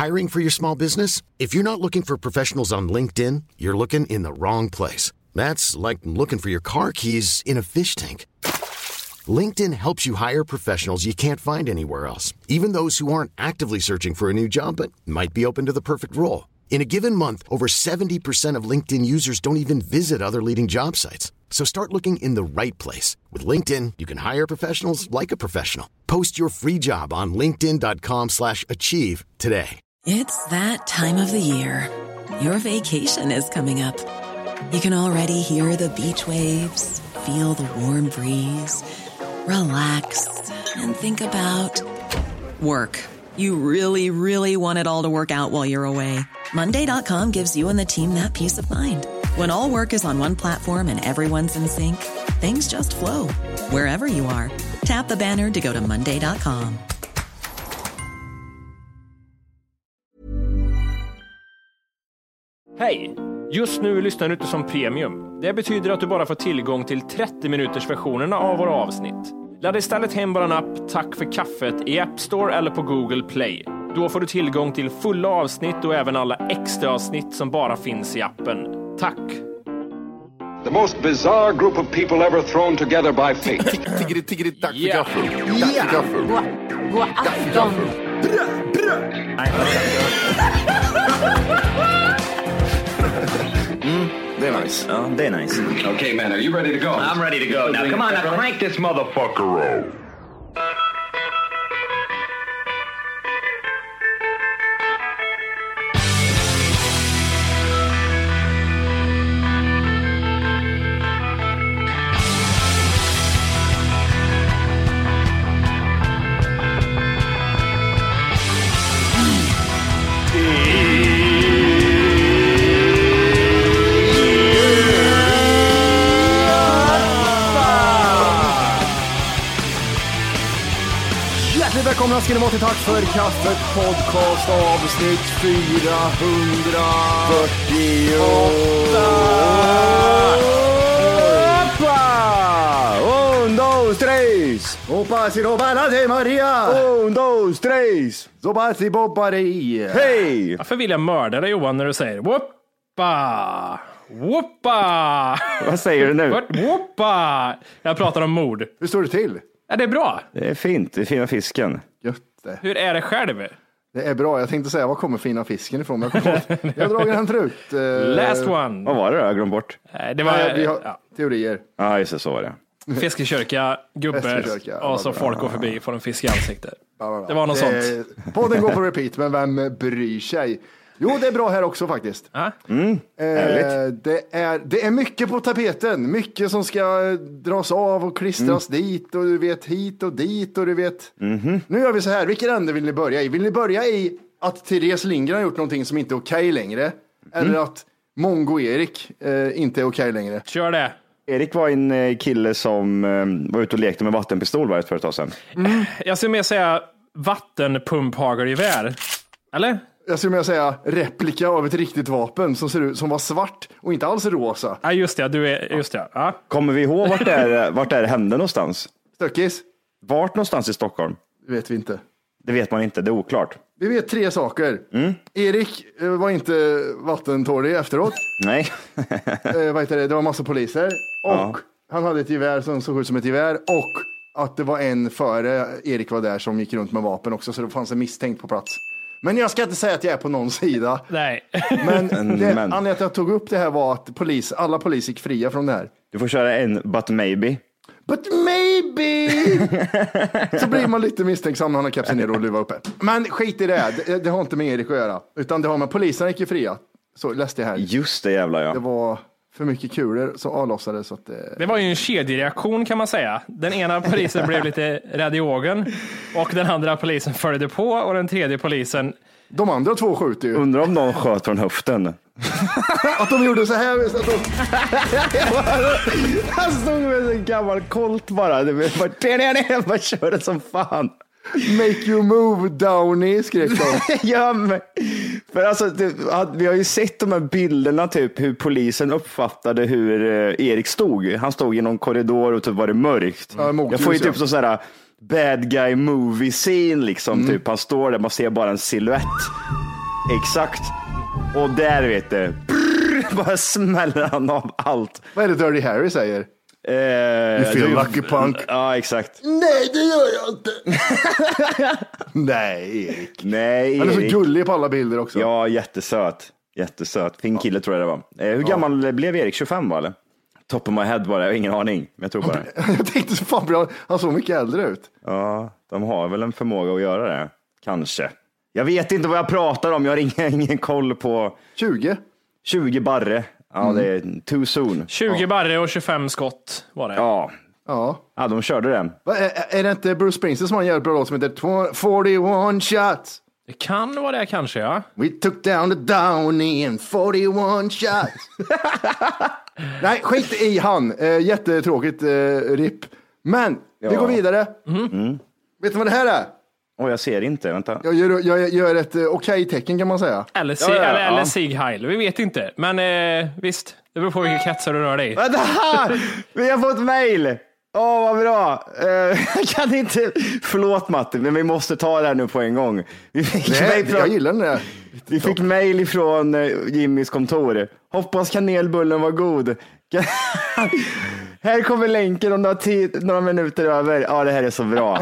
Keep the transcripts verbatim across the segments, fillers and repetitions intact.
Hiring for your small business? If you're not looking for professionals on LinkedIn, you're looking in the wrong place. That's like looking for your car keys in a fish tank. LinkedIn helps you hire professionals you can't find anywhere else, even those who aren't actively searching for a new job but might be open to the perfect role. In a given month, over seventy percent of LinkedIn users don't even visit other leading job sites. So start looking in the right place. With LinkedIn, you can hire professionals like a professional. Post your free job on linkedin dot com slash achieve today. It's that time of the year. Your vacation is coming up. You can already hear the beach waves, feel the warm breeze, relax, and think about work. You really, really want it all to work out while you're away. Monday dot com gives you and the team that peace of mind. When all work is on one platform and everyone's in sync, things just flow. Wherever you are, tap the banner to go to monday dot com. Hej! Just nu lyssnar du inte som premium. Det betyder att du bara får tillgång till trettio minuters versionerna av våra avsnitt. Ladda istället hem bara en app Tack för kaffet i App Store eller på Google Play. Då får du tillgång till fulla avsnitt och även alla extra avsnitt som bara finns i appen. Tack! The most bizarre group of people ever thrown together by fate. Tiggeri, tiggeri, tack för Yeah. gaffel. Tack för gaffel. God afton. Mm, det är nice. Ja, det är nice. Okay, man, are you ready to go? I'm ready to go. Now, come on, now crank this motherfucker up. Välkomna ska ni vara till Tack för kaffet podcast avsnitt fyrahundrafyrtioåtta. Un, dos, tres. Hoppas i robarna de Maria. Un, dos, tres. Hoppas i bobbari. Hej! Varför vill jag mörda dig, Johan, när du säger whoppa? Whoppa! Vad säger du nu? Whoppa! Jag pratar om mord. Hur står det till? Är det bra? Det är fint, det är fina fisken. Gött det. Hur är det själv? Det är bra. Jag tänkte säga, var kommer fina fisken ifrån? Men jag kommer ihåg- jag har dragit den förut. Eh, Last one. Vad var det då? Jag glömde bort. Nej, det var nej, vi har ja, teorier. Ja, just det, så var det. fiskekörka, gubbar Fiskekörka, ja, och så bra. folk går förbi får en fisk i ansiktet. Bla, bla, bla. Det var något sånt. Eh, Podden går på repeat, men vem bryr sig? Jo, det är bra här också faktiskt. Ah? Mm, Eh, det, är, det är mycket på tapeten. Mycket som ska dras av och klistras Mm. dit och du vet hit och dit och du vet. Mm-hmm. Nu gör vi så här. Vilken ände vill ni börja i? Vill ni börja i att Therese Lindgren har gjort någonting som inte är okej längre? Mm. Eller att Mongo-Erik eh, inte är okej längre? Kör det. Erik var en eh, kille som eh, var ute och lekte med vattenpistol var det för ett tag sedan. Mm. Jag skulle mer säga vattenpumphagelgevär. Eller? Jag skulle vilja säga replika av ett riktigt vapen som ser ut som var svart och inte alls rosa. Ja, just det. Du är, just det. Ja. Kommer vi ihåg vart det, är, vart det är hände någonstans? Stöckis? Vart någonstans i Stockholm? Det vet vi inte. Det vet man inte, det är oklart. Vi vet tre saker. Mm. Erik eh, var inte vattentålig efteråt. Nej. eh, vad heter det? Det var massa poliser. Och Ja. han hade ett gevär som såg ut som ett gevär. Och att det var en före Erik var där som gick runt med vapen också. Så det fanns en misstänkt på plats. Men jag ska inte säga att jag är på någon sida. Nej. Men det, Men- anledningen till att jag tog upp det här var att polis, alla poliser gick fria från det här. Du får köra en but maybe. But maybe! Så blir man lite misstänksam när han har kapsen ner och luva uppe. Men skit i det, det, det har inte med Erik att göra. Utan det har med poliserna gick ju fria. Så läste jag här. Just det, jävlar ja. Det var för mycket kulor som avlossades. Så att det... Det var ju en kedjereaktion kan man säga. Den ena polisen blev lite rädd i ågen och den andra polisen följde på och den tredje polisen... De andra två skjuter ju. Undrar om någon sköt från höften. Att de gjorde så här. Så att de... Han stod med en gammal kolt bara. Det var bara, bara körde som fan. Make you move Downey, skrek de. Ja, men, för alltså, det, vi har ju sett de här bilderna typ hur polisen uppfattade hur eh, Erik stod. Han stod i någon korridor och typ var det mörkt. Ja, motljus, jag får ju typ ja. så här bad guy movie scene liksom. Mm. Typ han står där, man ser bara en silhuett. Exakt. Och där vet du, brrr, bara smäller han av allt. Vad är det Dirty Harry säger? Eh, You feel du, lucky punk. Ja, exakt. Nej, det gör jag inte. Nej, Erik. Nej, Han är så Erik. gullig på alla bilder också. Ja, jättesöt. Jättesöt. Fin kille tror jag det var. Eh, hur gammal ja. blev Erik? tjugofem va, eller? Top of my head bara, jag har ingen aning. Men jag tror bara Jag tänkte så fan bra, han såg mycket äldre ut. Ja, de har väl en förmåga att göra det. Kanske. Jag vet inte vad jag pratar om, jag har ingen, ingen koll på. tjugo. tjugo barre. Ja, mm. det är too soon. tjugo ja. barre och tjugofem skott var det. Ja. Ja. Ja, de körde den. Är, är det inte Bruce Springsteen som har en jävligt bra låt som heter fyrtioett shots? Det kan vara det kanske, ja. We took down the Downey in fyrtioett shots. Nej, skit i han. Uh, jättetråkigt uh, ripp. Men ja. vi går vidare. Mm. Mm. Vet du vad det här är? Åh, oh, jag ser inte. Vänta. Jag gör, jag gör ett uh, okej-tecken kan man säga. Eller, ja, ja, eller, ja. eller Sig Heil. Vi vet inte. Men uh, visst, det beror på vilka kretsar du rör dig i. Vänta! Vi har fått mail! Åh, oh, vad bra. Uh, kan inte... Förlåt Matte, men vi måste ta det här nu på en gång. Vi fick Nej, från... jag gillar det. Vi fick mail ifrån uh, Jimmys kontor. Hoppas kanelbullen var god. Här kommer länken om några, tid, några minuter över. Ja, det här är så bra.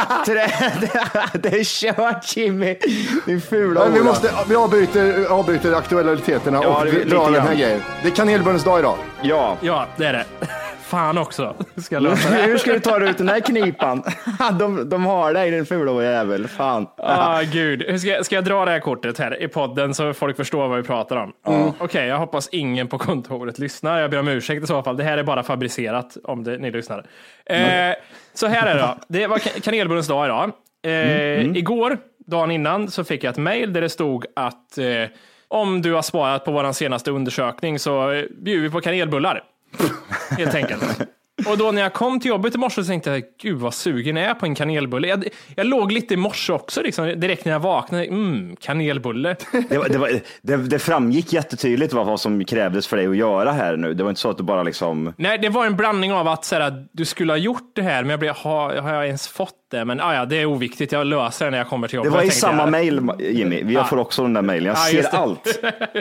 Det är kört, Jimmy. Din fula ja, vi, måste, vi avbryter, avbryter aktualiteterna ja, och det, drar den här grejen. Det är kanelbullens dag idag. Ja. Ja, det är det. Fan också. Ska Hur ska du ta ut den här knipan? De, de har dig, den fula jävel. Fan. Ah, gud. Ska, ska jag dra det här kortet här i podden så folk förstår vad vi pratar om? Mm. Okej, okay, jag hoppas ingen på kontoret lyssnar. Jag ber om ursäkt i så fall. Det här är bara fabricerat om det, ni lyssnar. Mm. Eh, så här är det då. Det var kanelbullens dag idag. Eh, mm. Mm. Igår, dagen innan, så fick jag ett mejl där det stod att eh, om du har sparat på vår senaste undersökning så bjuder vi på kanelbullar. Helt enkelt. Och då när jag kom till jobbet i morse så tänkte jag, gud vad sugen är jag på en kanelbulle. Jag, jag låg lite i morse också, liksom, direkt när jag vaknade. Mm, kanelbulle. Det, var, det, var, det, det framgick jättetydligt vad, vad som krävdes för dig att göra här nu. Det var inte så att du bara liksom... Nej, det var en blandning av att så här, du skulle ha gjort det här, men jag blev, har, har jag ens fått det? Men ah, ja, det är oviktigt, jag löser det när jag kommer till jobbet. Det var i tänkte, samma jag... mejl, Jimmy. Vi ah. får också den där mejlen. Jag ah, ser allt.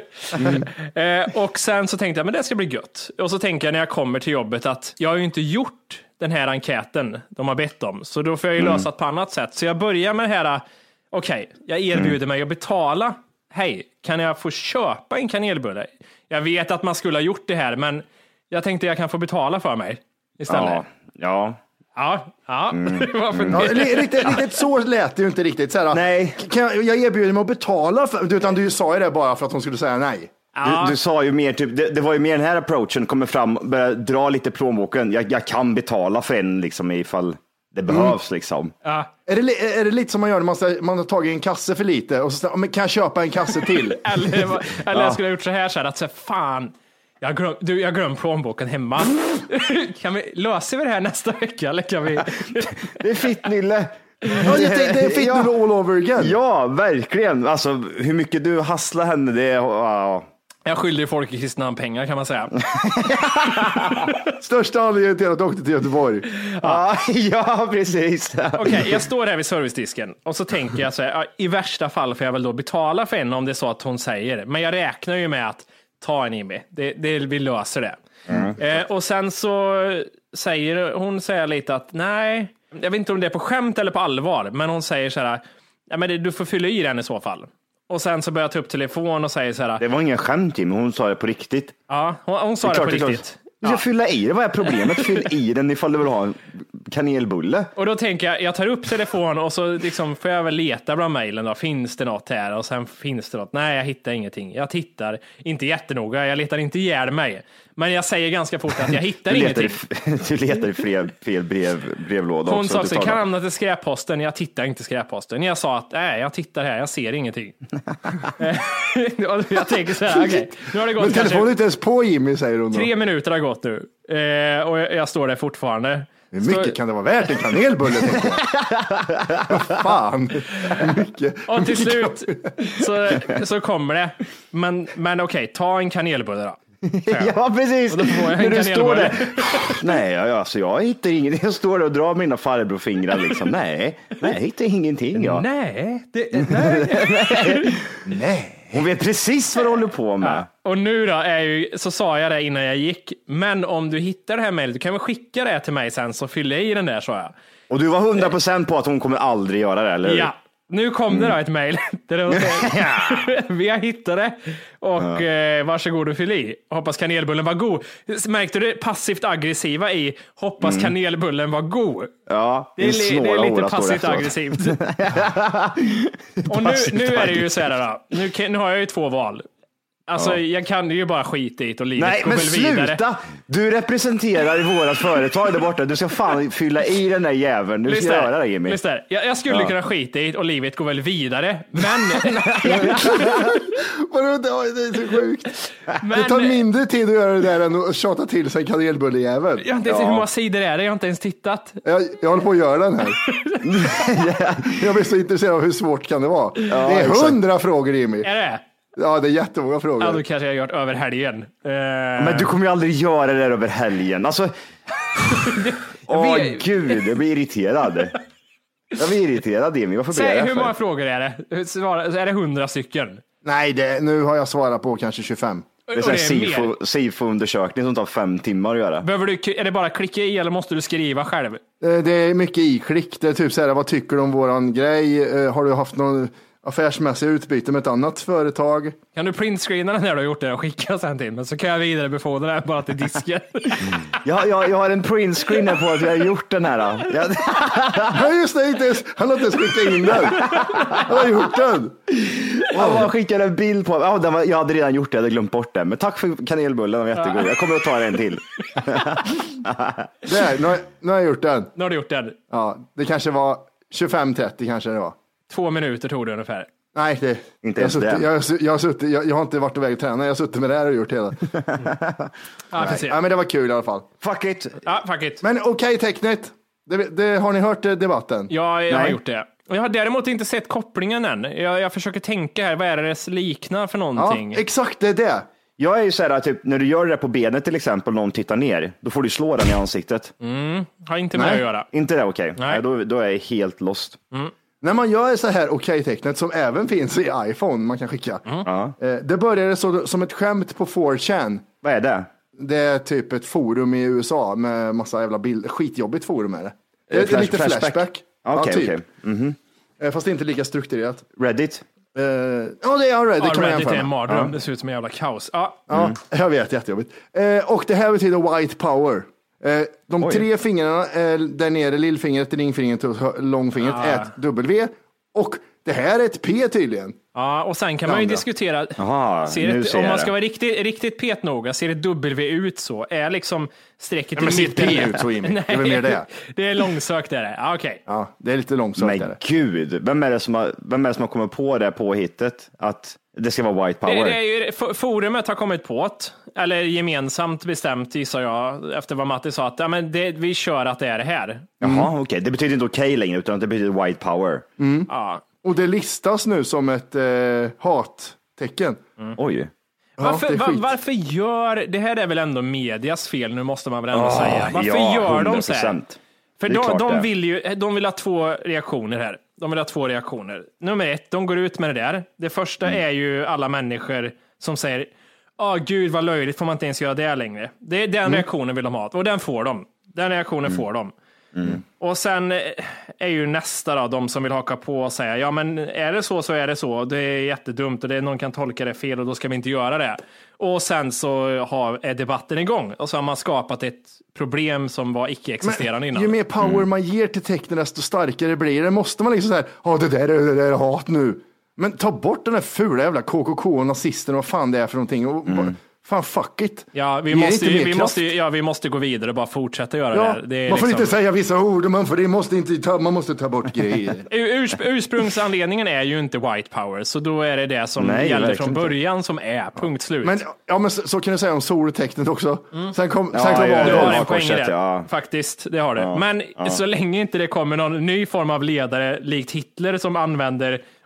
Mm. eh, och sen så tänkte jag, men det ska bli gött. Och så tänker jag när jag kommer till jobbet att jag har ju inte gjort den här enkäten de har bett om. Så då får jag ju mm. lösa det på annat sätt. Så jag börjar med det här, okej, okay, jag erbjuder mm. mig att betala. Hej, kan jag få köpa en kanelbulle? Jag vet att man skulle ha gjort det här, men jag tänkte jag kan få betala för mig istället. Ja, ja. Ja, ja. Mm. ja riktigt, riktigt så lät det ju inte riktigt. Så här, nej. Kan jag, jag erbjuder mig att betala, för, utan du sa ju det bara för att hon skulle säga nej. Du, du sa ju mer, typ, det, det var ju mer den här approachen, kommer fram, börjar dra lite plånboken. Jag, jag kan betala för en liksom, ifall det behövs. Mm. Liksom. Ja. Är, det, är det lite som man gör när man, ska, man har tagit en kasse för lite och så men kan jag köpa en kasse till? eller eller ja. jag skulle ha gjort så här, så här att så här, fan, jag glöm, du, jag glömde plånboken hemma. Kan vi, löser vi det här nästa vecka? Eller kan vi... Det är fitt, Nille. Ja, det, det är fitt, ja. all over again. Ja, verkligen. Alltså, hur mycket du hasslar henne, det är... Wow. Jag skyller folk i Kristinehamn pengar, kan man säga. Största anledningen till att du åkte till Göteborg. Ja, ja precis. Okej, okay, jag står här vid servicedisken och så tänker jag så här, i värsta fall får jag väl då betala för en om det är så att hon säger. Men jag räknar ju med att ta en Jimmy. Det, det, vi löser det. Mm. Eh, och sen så säger hon säger lite att nej, jag vet inte om det är på skämt eller på allvar, men hon säger så här, ja, men det, du får fylla i den i så fall. Och sen så börjar jag ta upp telefon och säger så här. Det var ingen skämt, men hon sa det på riktigt. Ja, hon, hon sa det, det på riktigt. Du ska ja. fylla i det, vad är problemet? Fyll i den ifall du vill ha en kanelbulle. Och då tänker jag, jag tar upp telefon och så liksom får jag väl leta bland mejlen då. Finns det något här? Och sen finns det något. Nej, jag hittar ingenting. Jag tittar, inte jättenoga, jag letar inte ihjäl mig. Men jag säger ganska fort att jag hittar du ingenting. Letar, du letar i fel, fel brev, brevlåda. Hon sa också, kan hamna till skräpposten. Jag tittar inte skräpposten. Jag sa att, nej, jag tittar här, jag ser ingenting. Jag tänker så här, okej. Okay, nu har det gått. Men telefonen är inte ens på, Jimmy, säger hon då. Tre minuter har gått nu. Eh, och jag, jag står där fortfarande. Hur mycket Stå... kan det vara värt en kanelbulle? Fan. Mycket. Och till slut så, så kommer det. Men, men okej, okay, ta en kanelbulle då. Ja, precis. Och då får jag en När du står kanelbulle. där. Nej, alltså, jag hittar ingenting. Jag står där och drar mina farbrorfingrar liksom. Nej, nej, jag hittar ingenting. Ja. Nej, det, nej. Nej. Hon vet precis vad du håller på med. Ja. Och nu då, är ju, så sa jag det innan jag gick. Men om du hittar det här mejlet, du kan väl skicka det till mig sen så fyller jag i den där, sa jag. Och du var hundra procent på att hon kommer aldrig göra det, eller hur? Ja. Nu kom det då ett mejl. Vi har hittat det. Och ja. eh, varsågod och fyll i. Hoppas kanelbullen var god. Märkte du det passivt aggressiva i hoppas mm. kanelbullen var god? Ja, det är, det är lite passivt aggressivt. Och nu, nu är det ju så här då. Nu, nu har jag ju två val. Alltså ja. jag kan ju bara skita i det och livet Nej, går men väl sluta! vidare. Du representerar i vårat företag där borta. Du ska fan fylla i den där jäveln. Du ska Lyssna, göra det, Jimmy. Lyssna, jag, jag skulle ja. kunna skita i det och livet går väl vidare. Men... Vadå, det är så sjukt. Men... Det tar mindre tid att göra det där än att tjata till sig en kanelbullejävel. Jag har inte ens ja. hur många sidor är det. Jag har inte ens tittat. Jag, jag håller på att göra den här. Jag blir så intresserad av hur svårt kan det vara. Ja, det är hundra frågor, Jimmy. Är det? Ja, det är jättemånga frågor. Ja, då kanske jag har gjort över helgen. Uh... Men du kommer ju aldrig göra det där över helgen. Alltså... Åh, oh, gud, jag blir irriterad. Jag blir irriterad, Jimmy. Varför blir Säg, jag hur många frågor är det? Är det hundra stycken? Nej, det, nu har jag svarat på kanske tjugofem. Det är en S I F O-undersökning som tar fem timmar att göra. Behöver du, är det bara klicka i eller måste du skriva själv? Det är mycket i-klick. Det är typ så här, vad tycker du om våran grej? Har du haft någon affärsmässiga utbyte med ett annat företag? Kan du printscreena när du har gjort det och skicka sen till mig, så kan jag vidare befordra det bara till disken. Mm. jag, jag, jag har en printscreen på att jag har gjort den här. Jag... Ja, just det, inte ens, han har inte ens skickat in den. Han har gjort den. Wow. Jag skickade en bild på, ja, den var, jag hade redan gjort det, jag hade glömt bort det. Men tack för kanelbullen, den var jättegod. Jag kommer att ta en till. Där, nu, har, nu har jag gjort den. Nu har du gjort den. Ja, det kanske var tjugofem trettio kanske det var. Två minuter tog det ungefär. Nej, det, inte jag, ens suttit, jag, jag, har suttit, jag, jag har inte varit iväg och tränat. Jag har suttit med det här och gjort hela. Ja, Nej. Ja, men det var kul i alla fall. Fuck it. Ja, fuck it. Men okej, okay, tecknet. Det, det, har ni hört debatten? Ja, jag Nej. har gjort det. Och jag har däremot inte sett kopplingen än. Jag, jag försöker tänka här, vad är det det liknar för någonting? Ja, exakt, det är det. Jag är ju så här, typ, när du gör det på benet till exempel, någon tittar ner, då får du slå den i ansiktet. Mm, har inte med Nej. att göra. Inte det okej? Nej. Nej. Då, då är jag helt lost. Mm. När man gör så här okej-tecknet som även finns i iPhone, man kan skicka. Mm. Ja. Det började så, som ett skämt på four chan. Vad är det? Det är typ ett forum i U S A med massa jävla bilder. Skitjobbigt forum är det. Det är Flash, lite flashback. flashback. Ja, Okej, typ. okej. Mhm. Fast inte lika strukturerat. Reddit? Uh, ja, det är Reddit. Ja, kan man Reddit är en jämföra. mardröm. Ja. Det ser ut som en jävla kaos. Ja. Ja, jag vet, jättejobbigt. Eh, och det här betyder white power. Eh, de Oj. tre fingrarna eh, där nere, lillfingret, ringfingret och långfingret Ah. är ett W. Och det här är ett P tydligen. Ja, och sen kan man ju Andra. diskutera, Aha, ser nu det, ser om jag man det. ska vara riktigt, riktigt petnoga, ser det W ut så? Är liksom strecket Ja, men i ser mitten? P ut så, Jimmy? Det är väl mer det. Det är långsökt är det. Ja, okej. Ja, det är lite långsökt. Men är det. gud, vem är, det som har, vem är det som har kommit på det påhittet? Att det ska vara white power? Det, det är ju, f- forumet har kommit på det, eller gemensamt bestämt gissar jag, efter vad Matti sa, att ja, men det, vi kör att det är det här. Jaha, okej. Okay. Det betyder inte okej okay längre, utan det betyder white power. Mm. Ja. Och det listas nu som ett eh, hattecken. Mm. Oj. Ja, Varför, det är va, skit. varför gör, det här är väl ändå medias fel nu måste man väl ändå Oh, säga. Varför ja, gör de så här? hundra procent. För Det är de, klart de, det. vill ju, de vill ha två reaktioner här. De vill ha två reaktioner. Nummer ett, de går ut med det där. Det första Mm. är ju alla människor som säger, åh gud vad löjligt, får man inte ens göra det längre. Det, den Mm. reaktionen vill de ha. Och den får de. Den reaktionen Mm. får de. Mm. Och sen är ju nästa då, de som vill haka på och säga, ja men är det så så är det så. Det är jättedumt och det, någon kan tolka det fel och då ska vi inte göra det. Och sen så har, är debatten igång och så har man skapat ett problem som var icke-existerande innan. Ju mer power mm. man ger till tecknen desto starkare blir det. Måste man liksom säga, ja det där är det där är hat nu. Men ta bort den där fula jävla K K K och nazisterna och vad fan det är för någonting. Och Mm. bara, fan fuck it. Ja, vi Ge måste, inte ju, mer vi, kraft. måste, ju- ja, vi måste gå vidare och bara fortsätta göra Ja, det. här. Det är man får liksom, inte säga vissa ord, man, får, det måste inte ta, man måste ta bort grejer. Urs, ursprungsanledningen är ju inte white power, så då är det det som Nej, gäller verkligen från inte. början som är, punkt slut. Men, ja, men så, så kan du säga om soltecknet också. Sen kom, Ja, sen kom ja, Du ja. har Adolf. en poäng i korset, det, ja. faktiskt, det har du. Ja, Men ja. så länge inte det kommer någon ny form av ledare likt Hitler som använder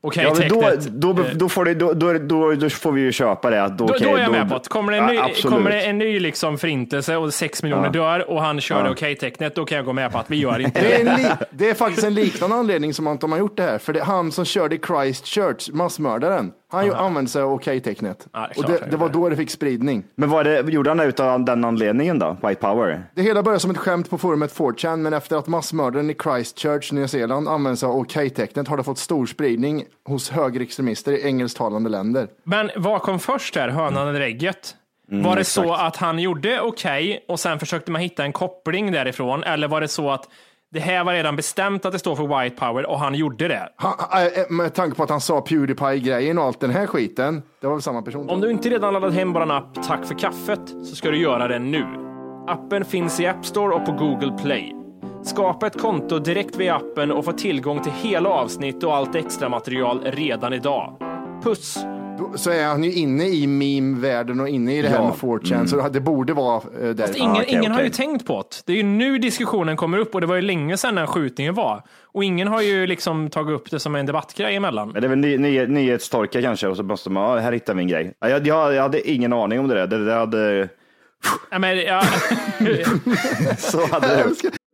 Okej, Ja, men då, tecknet. då, då, då, får det, då, då, då, då får vi ju köpa det. Att då, Då, okej, då är jag då, med på att kommer det en ny, ja, absolut. kommer det en ny liksom förintelse och sex miljoner Ja. dör och han kör det Ja. okej-tecknet, då kan jag gå med på att vi gör inte Det är, det. en li- det är faktiskt en liknande anledning som att de har gjort det här. För det är han som körde i Christchurch, massmördaren. Han ju använde sig av okej-tecknet. Ja, det är och klart det, han det var gjorde. då det fick spridning. Men vad det, gjorde han det utav den anledningen då? White power? Det hela började som ett skämt på forumet four chan, men efter att massmördaren i Christchurch, Nya Zeeland, använde sig av okej-tecknet har det fått stor spridning hos högerextremister i engelsktalande länder. Men vad kom först där, hönan eller ägget? Mm, var det exakt. så att han gjorde okej och sen försökte man hitta en koppling därifrån, eller var det så att det här var redan bestämt att det står för white power och han gjorde det? Han, äh, med tanke på att han sa Pewdiepie-grejen och allt den här skiten, det var väl samma person. Om du inte redan laddat hem vår app Tack för kaffet så ska du göra det nu. Appen finns i App Store och på Google Play. Skapa ett konto direkt via appen och få tillgång till hela avsnitt och allt extra material redan idag. Puss! Då, så är han ju inne i meme-världen och inne i det här Ja. med four chan, Mm. så det borde vara äh, där. Fast ingen, Ah, okej, ingen har okej. ju tänkt på det. Det är ju nu diskussionen kommer upp och det var ju länge sedan den skjutningen var. Och ingen har ju liksom tagit upp det som en debattgrej emellan. Men det är väl ny, ny, nyhetstorka kanske och så måste man, ja, här hittar vi en grej. Ja, Jag, jag, jag hade ingen aning om det där. Det, det hade, Ja, men, ja. så hade det.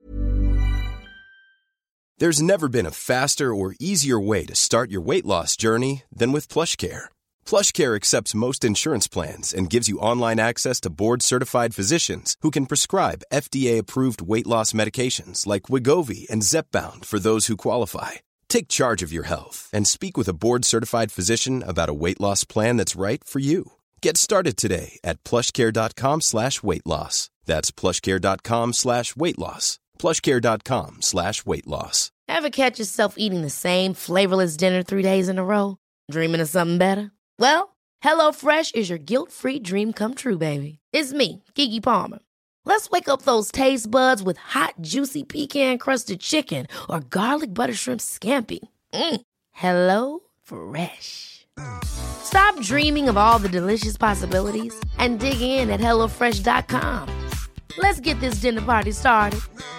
There's never been a faster or easier way to start your weight loss journey than with PlushCare. PlushCare accepts most insurance plans and gives you online access to board-certified physicians who can prescribe F D A-approved weight loss medications like Wegovy and Zepbound for those who qualify. Take charge of your health and speak with a board-certified physician about a weight loss plan that's right for you. Get started today at plushcare.com slash weight loss. That's plushcare.com slash weight loss. plushcare.com slash weight loss. Ever catch yourself eating the same flavorless dinner three days in a row? Dreaming of something better? Well, HelloFresh is your guilt-free dream come true, baby. It's me, Keke Palmer. Let's wake up those taste buds with hot, juicy pecan-crusted chicken or garlic butter shrimp scampi. Mm. Hello Fresh. Stop dreaming of all the delicious possibilities and dig in at hello fresh dot com. Let's get this dinner party started.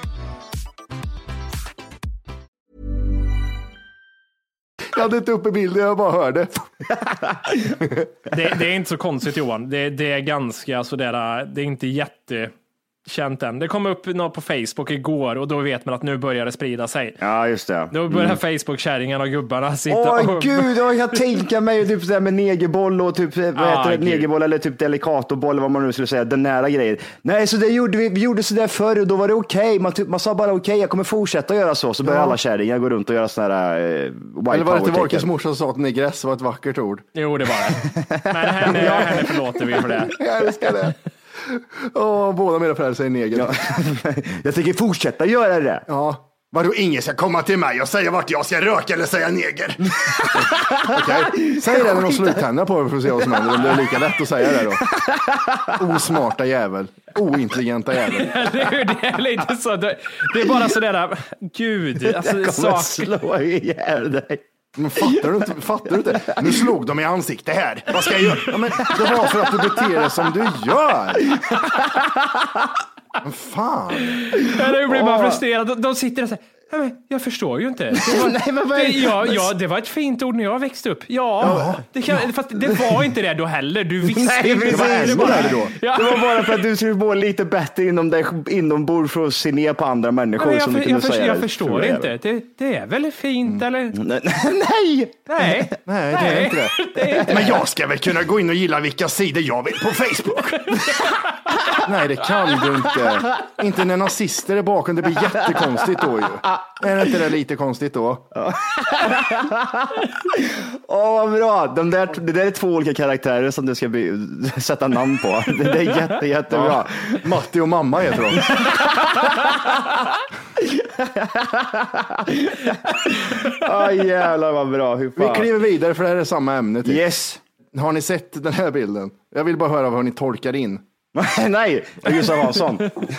Jag hade inte uppe bilden, jag bara hörde. det, det är inte så konstigt, Johan. Det, det är ganska sådär, det är inte jättekänt än. Det kom upp något på Facebook igår och då vet man att nu börjar det sprida sig. Ja, just det. Då börjar mm. Facebook-kärringarna och gubbarna sitta Åh och... gud, jag kan tänka mig typ sådär med negerboll och typ, vad Ah, heter det, gud. negerboll eller typ delicatoboll, vad man nu skulle säga, den nära grejen. Nej, så det gjorde vi, vi gjorde sådär förr och då var det okej. Man, typ, man sa bara okej, jag kommer fortsätta göra så. Så börjar Ja. alla kärringar gå runt och göra sådana här eh, white Eller var det till power Volkes tecken. morsa som sa att negress var ett vackert ord? Jo, det var det. Men henne, henne förlåter vi för det. Jag älskar det. Åh, båda mina föräldrar säger neger. Ja. Jag tänker fortsätta göra det. Ja. Vadå, ingen ska komma till mig och säga vart jag ska röka eller säga neger? Okej, säg det när de slår ut tänderna på er för att se vad som händer. Om det är lika lätt att säga det då. Osmarta jävel. Ointelligenta jävel. Det är, det är lite så. Det, det är bara sådär, gud. Alltså, Jag kommer sak... slå ihjäl dig. Men fattar du inte? Fattar du inte? Nu slog de i ansiktet här. Vad ska jag göra? Ja, men det var för att du beter dig som du gör. Men fan. Ja, det blir bara frustrerad. De, de sitter och säger, ja, men jag förstår ju inte. Det var, Nej, men vad är det, det? ja, ja, det var ett fint ord när jag växte upp. Ja, det, kan, fast det var inte det då heller. Du visste Nej, inte. precis. Det var, ännu värre då. Ja. Det var bara för att du skulle må lite bättre inom dig, inombords för att se ner på andra Ja, människor. men jag, som du för, kunde jag, för, säga. jag förstår inte. Det, det är väl fint, eller? Nej! Nej! Nej. Nej, det är inte det. Det är inte. Men jag ska väl kunna gå in och gilla vilka sidor jag vill på Facebook. Nej, det kan du inte. Inte när nazister är bakom. Det blir jättekonstigt då ju. Är det inte det lite konstigt då? Åh, vad bra. De där, det där är två olika karaktärer som du ska by- sätta namn på. Det, det är jätte, jättebra. Ja. Matti och mamma heter de. Åh, jävlar vad bra. Hur Vi fan. kliver vidare för det här är samma ämne. Typ. Yes. Har ni sett den här bilden? Jag vill bara höra vad ni tolkar in. Nej, Gustav Hansson.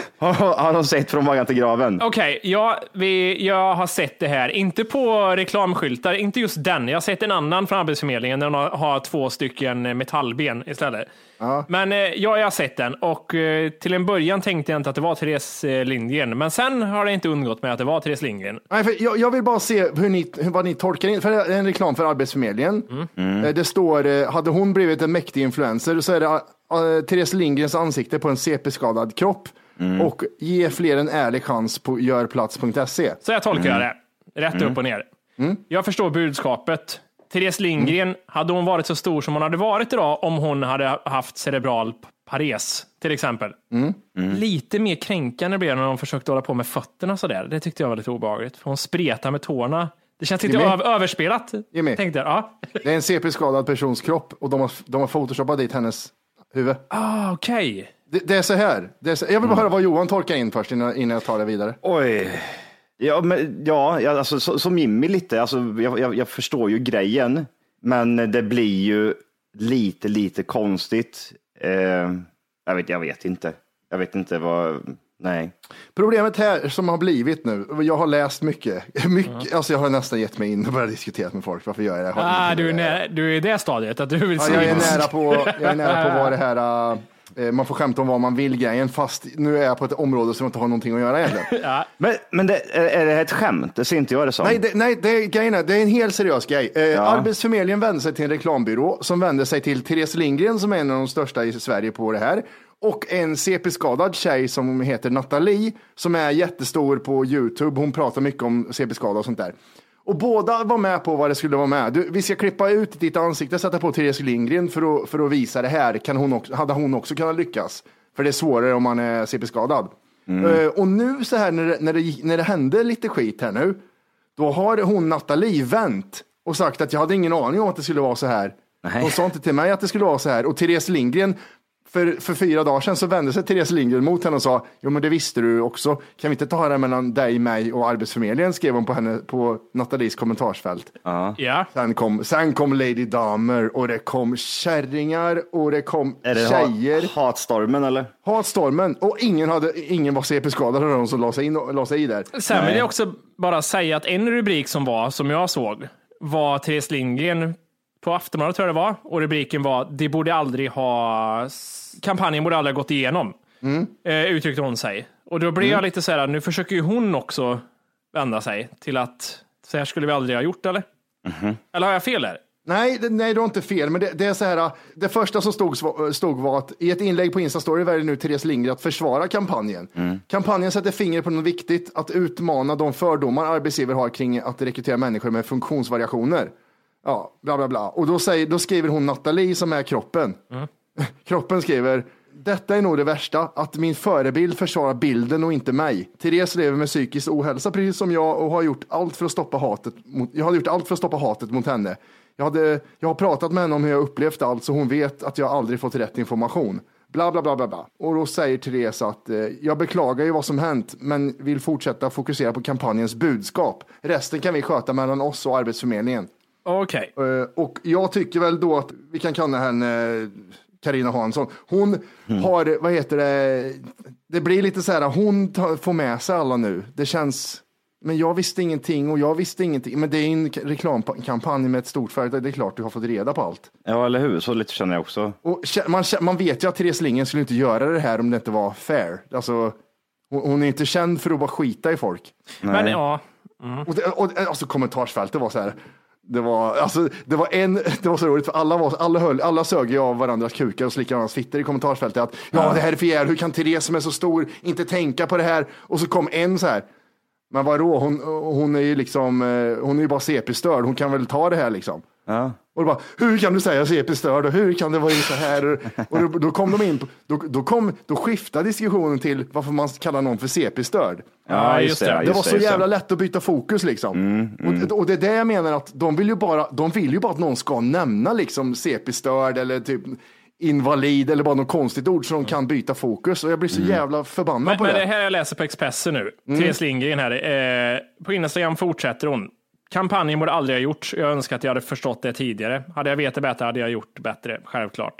Har de sett från vaggan till graven? Okej, okay, ja, vi, jag har sett det här. Inte på reklamskyltar, inte just den. Jag har sett en annan från Arbetsförmedlingen där de har, har två stycken metallben istället. Ja. Men eh, ja, jag har sett den och eh, till en början tänkte jag inte att det var Therese eh, Lindgren. Men sen har det inte undgått mig att det var Therese Lindgren. Nej, för jag, jag vill bara se hur ni, hur, vad ni tolkar in. För det är en reklam för Arbetsförmedlingen. Mm. Mm. Det står, eh, hade hon blivit en mäktig influencer så är det uh, Therese Lindgrens ansikte på en C P-skadad kropp. Mm. Och ge fler en ärlig chans på görplats punkt se. Så jag tolkar mm. det. Rätt mm. upp och ner. Mm. Jag förstår budskapet. Therese Lindgren, mm. hade hon varit så stor som hon hade varit idag om hon hade haft cerebral pares till exempel. Mm. Mm. Lite mer kränkande blev det när hon försökte hålla på med fötterna sådär. Det tyckte jag var lite obehagligt. För hon spretar med tårna. Det känns lite över, överspelat. Tänkte jag. Ja. Det är en C P-skadad persons kropp och de har, de har photoshopat dit hennes huvud. Ah, okej. Okay. Det, det är så här. Det är så, jag vill bara mm. höra vad Johan tolkar in först innan, innan jag tar det vidare. Oj. Ja, men, ja alltså, så, som Jimmy lite. Alltså, jag, jag, jag förstår ju grejen. Men det blir ju lite, lite konstigt. Eh, jag, vet, jag vet inte. Jag vet inte vad... Nej. Problemet här som har blivit nu, jag har läst mycket, mycket mm. alltså jag har nästan gett mig in och börjat diskutera med folk, varför gör jag det? Ah, du, är nära, du är i det stadiet att du vill ja, jag är nära på, jag är nära på vad det här, uh, man får skämta om vad man vill grejen, fast nu är jag på ett område som inte har någonting att göra egentligen. ja. Men, men det, är det ett skämt? Det ser inte jag det som. Nej, det, nej det, är, grejen är, det är en helt seriös grej. Uh, ja. Arbetsförmedlingen vänder sig till en reklambyrå som vänder sig till Therese Lindgren som är en av de största i Sverige på det här. Och en C P-skadad tjej som heter Nathalie som är jättestor på YouTube. Hon pratar mycket om C P-skada och sånt där. Och båda var med på vad det skulle vara med. Du, vi ska klippa ut ditt ansikte och sätta på Therese Lindgren för att, för att visa det här. Kan hon också, hade hon också kunnat lyckas? För det är svårare om man är C P-skadad. Mm. Uh, och nu så här när det, när, det, när det hände lite skit här nu. Då har hon Nathalie vänt och sagt att jag hade ingen aning om att det skulle vara så här. Nej. Hon sa inte till mig att det skulle vara så här. Och Therese Lindgren... För, för fyra dagar sedan så vände sig Therese Lindgren mot henne och sa, jo men det visste du också. Kan vi inte ta det mellan dig, mig och Arbetsförmedlingen, skrev hon på henne på Nathalies kommentarsfält. Uh. Yeah. Sen, kom, sen kom Lady Damer och det kom kärringar och det kom är det tjejer. Ha- hatstormen eller? Hatstormen. Och ingen, hade, ingen var C P-skadad av de som la sig, in och, la sig i där. Sen vill jag också bara säga att en rubrik som var, som jag såg, var Therese Lindgren på Aftonbladet tror jag det var. Och rubriken var, det borde aldrig ha... Kampanjen borde aldrig ha gått igenom. Mm. Eh, uttryckte hon sig. Och då blev mm. jag lite så här, nu försöker ju hon också vända sig till att så här skulle vi aldrig ha gjort, eller? Mm-hmm. Eller har jag fel här? Nej, det, nej, du har inte fel. Men det, det är så här, det första som stod, stod var att i ett inlägg på Instastory väljer nu Therese Lindgren att försvara kampanjen. Mm. Kampanjen sätter fingret på något viktigt, att utmana de fördomar arbetsgivare har kring att rekrytera människor med funktionsvariationer. Ja, bla bla bla. Och då, säger, då skriver hon Nathalie som är kroppen. Mm. Kroppen skriver, detta är nog det värsta, att min förebild försvarar bilden och inte mig. Therese lever med psykisk ohälsa precis som jag och har gjort allt för att stoppa hatet mot, jag hade gjort allt för att stoppa hatet mot henne. Jag, hade, jag har pratat med henne om hur jag upplevt allt så hon vet att jag aldrig fått rätt information. Bla bla bla bla bla. Och då säger Therese att eh, jag beklagar ju vad som hänt men vill fortsätta fokusera på kampanjens budskap. Resten kan vi sköta mellan oss och Arbetsförmedlingen. Okej. Okay. Uh, och jag tycker väl då att vi kan kalla henne Carina Hansson. Hon mm. har, vad heter det, det blir lite så här, hon tar, får med sig alla nu. Det känns, men jag visste ingenting och jag visste ingenting. Men det är en reklamkampanj med ett stort företag, det är klart du har fått reda på allt. Ja, eller hur? Så lite känner jag också. Och man, man vet ju att Therese Lindgren skulle inte göra det här om det inte var fair. Alltså, hon, hon är inte känd för att bara skita i folk. Nej. Men ja. Mm. Och, det, och alltså kommentarsfältet var så här. Det var, alltså, det var en, det var så roligt för alla var, alla höll, alla sög ju av varandras kukar och slickade varandras fitter i kommentarsfältet att ja, det här är för jävligt, hur kan Therese som är så stor inte tänka på det här? Och så kom en så här, men vadå, hon, hon är ju liksom, hon är ju bara C P-störd, hon kan väl ta det här liksom. Ja. Och då bara, hur kan du säga C P-störd och hur kan det vara så här? Och då, då kom de in på, då, då, kom, då skiftade diskussionen till varför man kallar någon för C P-störd. Ja, just det. Det var så jävla lätt att byta fokus liksom. Mm, mm. Och, och det är det jag menar att de vill ju bara, de vill ju bara att någon ska nämna liksom C P-störd eller typ invalid eller bara något konstigt ord så de kan byta fokus. Och jag blir så mm. jävla förbannad men, på men det. Men det här jag läser på Expressen nu. Mm. Therese Lindgren här. Eh, på Instagram fortsätter hon. Kampanjen borde aldrig ha gjorts. Jag önskar att jag hade förstått det tidigare. Hade jag vetat bättre hade jag gjort bättre, självklart.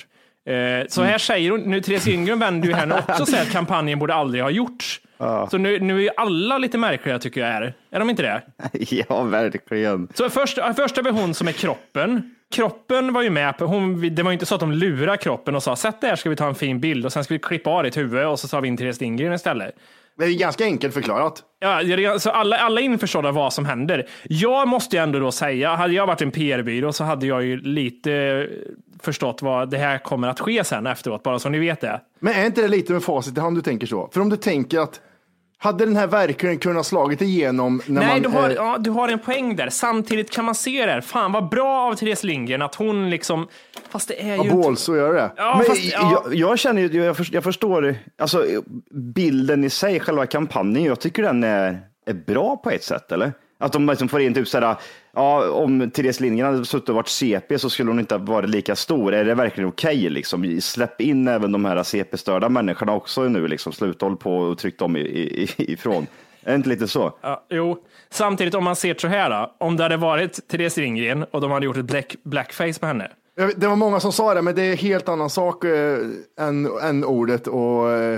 Eh, så här säger hon, nu Therese Lindgren vänder ju henne också och säger att kampanjen borde aldrig ha gjorts. Ja. Så nu, nu är alla lite märkliga tycker jag är. Är de inte det? Ja, verkligen. Så först, först är det hon som är kroppen. Kroppen var ju med på, hon, det var ju inte så att de lurade kroppen och sa sätt det här ska vi ta en fin bild och sen ska vi klippa av ditt huvud och så tar vi in Therese Lindgren istället. Det är ganska enkelt förklarat. Ja, så alla, alla är införstådda vad som händer. Jag måste ju ändå då säga, hade jag varit en P R-byrå så hade jag ju lite förstått vad det här kommer att ske sen efteråt, bara så ni vet det. Men är inte det lite med facit i hand du tänker så? För om du tänker att hade den här verkligen kunnat slagit igenom när Nej, man... du har, eh... ja, du har en poäng där. Samtidigt kan man se det här. Fan vad bra av Therese Lindgren att hon liksom... Fast det är ju... Ja, bål så gör det. Ja, men fast, ja. jag, jag känner ju, jag, förstår, jag förstår, alltså bilden i sig, själva kampanjen, jag tycker den är, är bra på ett sätt, eller? Att de liksom får in typ sådär, ja, om Therese Lindgren hade suttit och varit C P så skulle hon inte ha varit lika stor. Är det verkligen okej okay, liksom? Släpp in även de här C P-störda människorna också nu, liksom. Sluta håll på och tryck dem i, i, ifrån. Är det inte lite så? Ja, jo, samtidigt om man ser så här då, om det hade varit Therese Lindgren och de hade gjort ett black, blackface på henne. Det var många som sa det, men det är en helt annan sak äh, än, än ordet och äh,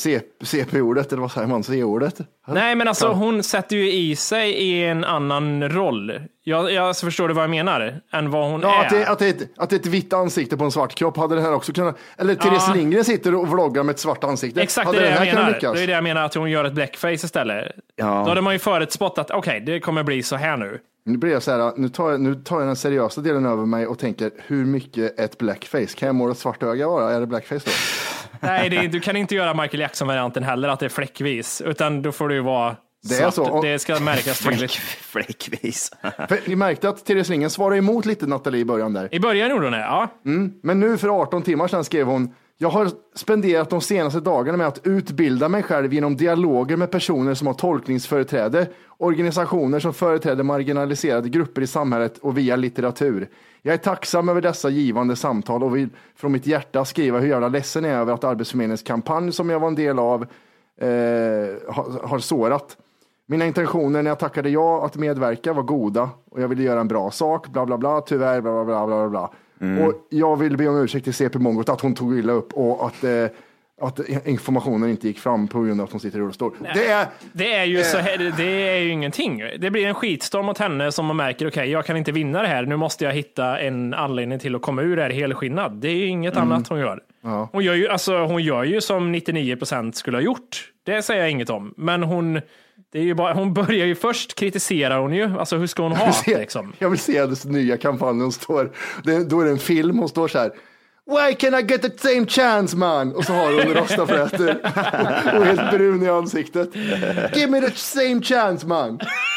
C P-ordet, eller vad säger man, C-ordet? Nej, men alltså hon sätter ju i sig i en annan roll. Jag, jag förstår du vad jag menar, än vad hon ja, är. Att det, att, det är ett, att det är ett vitt ansikte på en svart kropp hade det här också kunnat, eller Therese ja. Lindgren sitter och vloggar med ett svart ansikte. Exakt, hade det är det jag menar. Lyckas? Det är det jag menar, att hon gör ett blackface istället. Ja. Då hade man ju förutspått att okej, okay, det kommer bli så här nu. Nu blir jag så här, nu tar, jag, nu tar jag den seriösa delen över mig och tänker, hur mycket ett blackface? Kan jag måla ett svart öga vara? Är det blackface då? Nej, det är, du kan inte göra Michael Jackson-varianten heller, att det är fläckvis, utan då får det ju vara det är svart. så. Det ska märkas tydligt. Fläckvis. För ni märkte att Therese Lindgren svarade emot lite Nathalie i början där. I början gjorde hon det, ja. Mm, men nu för arton timmar sedan skrev hon, jag har spenderat de senaste dagarna med att utbilda mig själv genom dialoger med personer som har tolkningsföreträde, organisationer som företräder marginaliserade grupper i samhället och via litteratur. Jag är tacksam över dessa givande samtal och vill från mitt hjärta skriva hur jävla ledsen jag är över att Arbetsförmedlingens kampanj som jag var en del av eh, har, har sårat. Mina intentioner när jag tackade ja att medverka var goda och jag ville göra en bra sak, bla bla bla, tyvärr, bla bla bla bla bla. Mm. Och jag vill be om ursäkt till C P Mongot att hon tog illa upp och att, eh, att informationen inte gick fram på grund av att hon sitter i rullstol. Det är, det är ju eh, så här, det är ju ingenting. Det blir en skitstorm mot henne som man märker, okej, okay, jag kan inte vinna det här. Nu måste jag hitta en anledning till att komma ur det här helskinnad. Det är ju inget mm. annat hon gör. Ja. Hon gör ju, alltså, hon gör ju som nittionio procent skulle ha gjort. Det säger jag inget om. Men hon... Det är ju bara, hon börjar ju först kritisera hon ju. Alltså hur ska hon ha det liksom? Jag vill se hennes nya kampanj. Hon står, det, då är det en film. Hon står så här. Why can I get the same chance man? Och så har hon rastaflätor och helt brun i ansiktet. Give me the same chance man.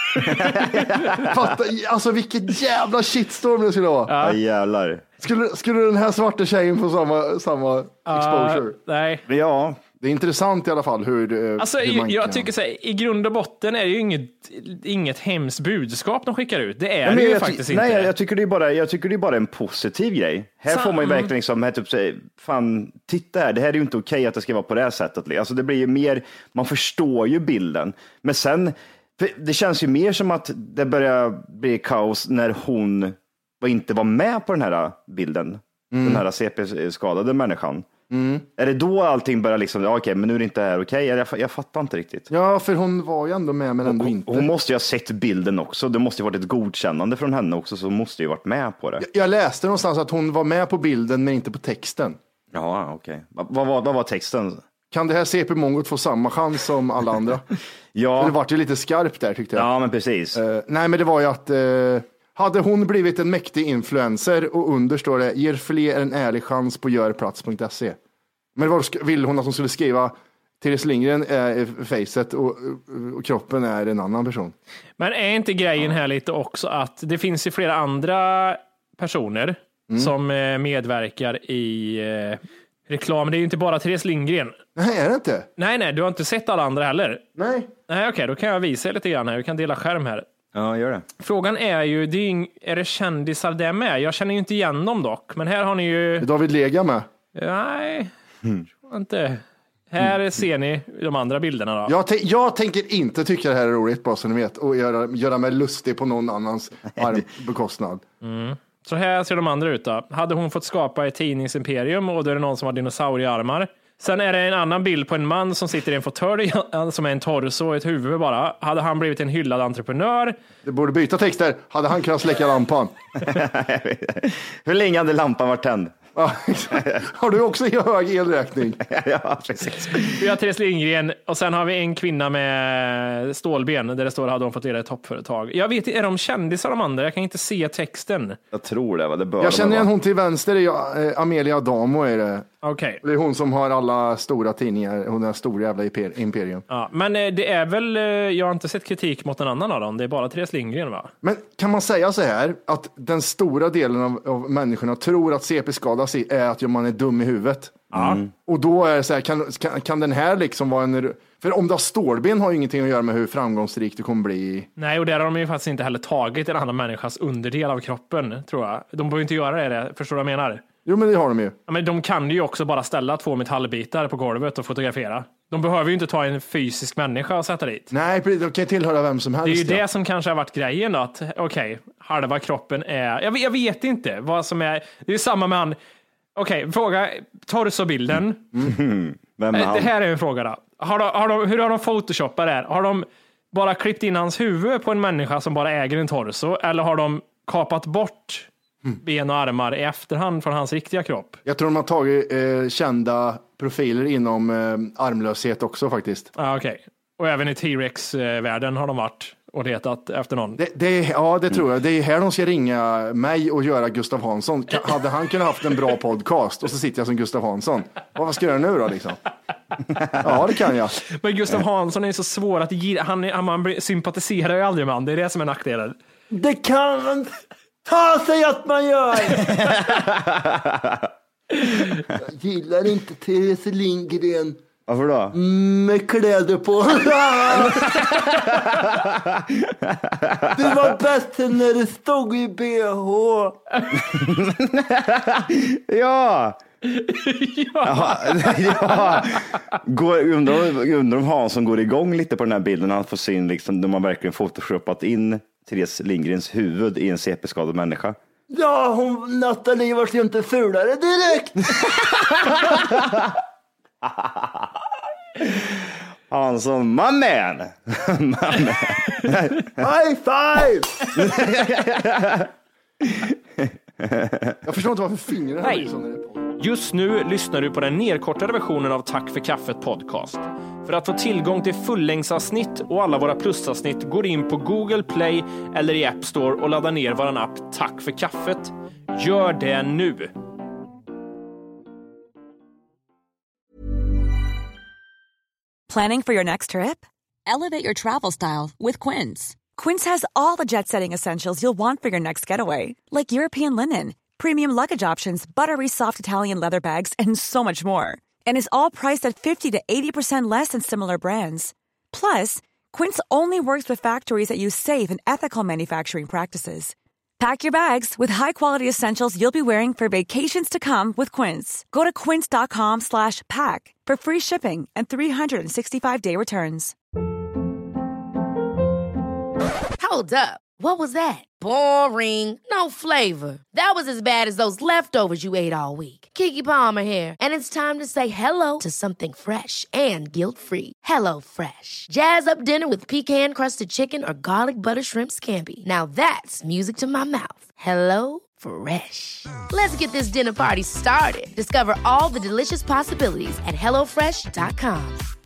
Fatta, alltså vilket jävla shitstorm det skulle vara. Ja, jävlar. Skulle, skulle den här svarta tjejen få samma, samma exposure? Uh, nej. Ja. Det är intressant i alla fall hur, alltså, hur man jag kan... tycker så här, i grund och botten är det ju inget, inget hemskt budskap de skickar ut. Det är nej, det ju jag, faktiskt nej, inte. Nej, jag tycker det är bara, jag tycker det är bara en positiv grej. Här så, får man ju verkligen liksom, här, typ, säga, fan, titta här, det här är ju inte okej att det ska vara på det här sättet. Alltså det blir ju mer, man förstår ju bilden. Men sen, det känns ju mer som att det börjar bli kaos när hon var inte var med på den här bilden. Mm. Den här C P-skadade människan. Mm. Är det då allting börjar liksom, ja, okej, men nu är det inte här okej? Jag, jag fattar inte riktigt. Ja, för hon var ju ändå med, men ändå hon, inte. Hon måste ju ha sett bilden också. Det måste ju varit ett godkännande från henne också, så hon måste ju varit med på det. Jag, jag läste någonstans att hon var med på bilden, men inte på texten. Ja, okej. Okay. Vad, vad, vad var texten? Kan det här C P Mongot få samma chans som alla andra? Ja. För det var ju lite skarpt där, tyckte jag. Ja, men precis. Uh, nej, men det var ju att... Uh, hade hon blivit en mäktig influencer och under står det, ger fler en ärlig chans på görplats punkt se. Men vad vill hon att hon skulle skriva? Therese Lindgren är facet och, och kroppen är en annan person. Men är inte grejen här lite också att det finns ju flera andra personer mm. som medverkar i eh, reklam. Det är ju inte bara Therese Lindgren. Nej, är det inte? Nej, nej, du har inte sett alla andra heller. Nej. Nej, okej, okay, då kan jag visa lite grann här. Vi kan dela skärm här. Ja, gör det. Frågan är ju, det är, är det kändisar det med? Jag känner ju inte igen dem dock. Men här har ni ju... Är David Lega med? Nej, mm. inte. Här mm. ser ni de andra bilderna då. Jag, te- jag tänker inte tycka det här är roligt, bara så ni vet. Och göra, göra mig lustig på någon annans bekostnad. Mm. Så här ser de andra ut då. Hade hon fått skapa ett tidningsimperium och då är det någon som har dinosauriearmar. Sen är det en annan bild på en man som sitter i en fåtölj som är en torso och ett huvud bara. Hade han blivit en hyllad entreprenör? Du borde byta texter. Hade han kunnat släcka lampan? Hur länge hade lampan varit tänd? Har du också hög elräkning? Ja, precis. Vi har Therese Lindgren och sen har vi en kvinna med stålben där det står hade hon fått leda ett toppföretag. Jag vet, är de kändisar de andra? Jag kan inte se texten. Jag tror det, va? Det bör Jag känner igen vara. hon till vänster, är eh, Amelia Adamo är det. Okej. Okay. Det är hon som har alla stora tidningar, hon är stor jävla imperium. Ja, men eh, det är väl, eh, jag har inte sett kritik mot en annan av dem, det är bara Therese Lindgren, va? Men kan man säga så här, att den stora delen av, av människorna tror att C P-skada är att man är dum i huvudet? Mm. Och då är det så här, kan, kan, kan den här liksom vara en... För om du har stålben har ju ingenting att göra med hur framgångsrik du kommer bli. Nej, och där har de ju faktiskt inte heller tagit en annan människas underdel av kroppen, tror jag. De behöver inte göra det, förstår du vad jag menar? Jo, men det har de ju. Ja, men de kan ju också bara ställa två metallbitar på golvet och fotografera. De behöver ju inte ta en fysisk människa och sätta dit. Nej, de kan ju tillhöra vem som helst. Det är ju ja. det som kanske har varit grejen då, att okej, okay, halva kroppen är... Jag, jag vet inte vad som är... Det är ju samma med han... Okej, okay, fråga torsobilden. Mm. Vem är han? Det här är en fråga då. Har de, har de, hur har de photoshopat det här? Har de bara klippt in hans huvud på en människa som bara äger en torso? Eller har de kapat bort mm. ben och armar i efterhand från hans riktiga kropp? Jag tror de har tagit eh, kända profiler inom eh, armlöshet också faktiskt. Ah, okej. Okay. Och även i T-Rex-världen har de varit och letat efter någon. Det, det, ja, det tror jag. Det är här de ska ringa mig och göra Gustav Hansson. Hade han kunnat haft en bra podcast och så sitter jag som Gustav Hansson. Vad ska jag göra nu då liksom? Ja, det kan jag. Men Gustav Hansson är så svår att ge, han, han, man sympatiserar ju aldrig med han. Det är det som är nackdelen. Det kan man ta sig att man gör. Jag gillar inte Therese Lindgren. Varför då? Med kläder på. Det var bättre när det stod i B H. Ja. Ja. Ja. Går, undrar, undrar om Hansson går igång lite på den här bilden. Han får se in liksom, de har verkligen photoshopat in Therese Lindgrens huvud i en C P-skadad människa. Ja, hon Nathalie var ju inte fulare direkt. Hansson, my man. My man. High five. Jag förstår inte varför fingrar här liksom. Just nu lyssnar du på den nedkortade versionen av Tack för kaffet podcast. För att få tillgång till fullängdsavsnitt och alla våra plusavsnitt går in på Google Play eller i App Store och laddar ner våran app Tack för kaffet. Gör det nu! Planning for your next trip? Elevate your travel style with Quince. Quince has all the jet-setting essentials you'll want for your next getaway, like European linen, premium luggage options, buttery soft Italian leather bags, and so much more. And is all priced at fifty to eighty percent less than similar brands. Plus, Quince only works with factories that use safe and ethical manufacturing practices. Pack your bags with high-quality essentials you'll be wearing for vacations to come with Quince. Go to quince.com slash pack for free shipping and three sixty-five day returns. Hold up. What was that? Boring. No flavor. That was as bad as those leftovers you ate all week. Keke Palmer here. And it's time to say hello to something fresh and guilt-free. Hello Fresh. Jazz up dinner with pecan-crusted chicken or garlic butter shrimp scampi. Now that's music to my mouth. Hello Fresh. Let's get this dinner party started. Discover all the delicious possibilities at hello fresh dot com.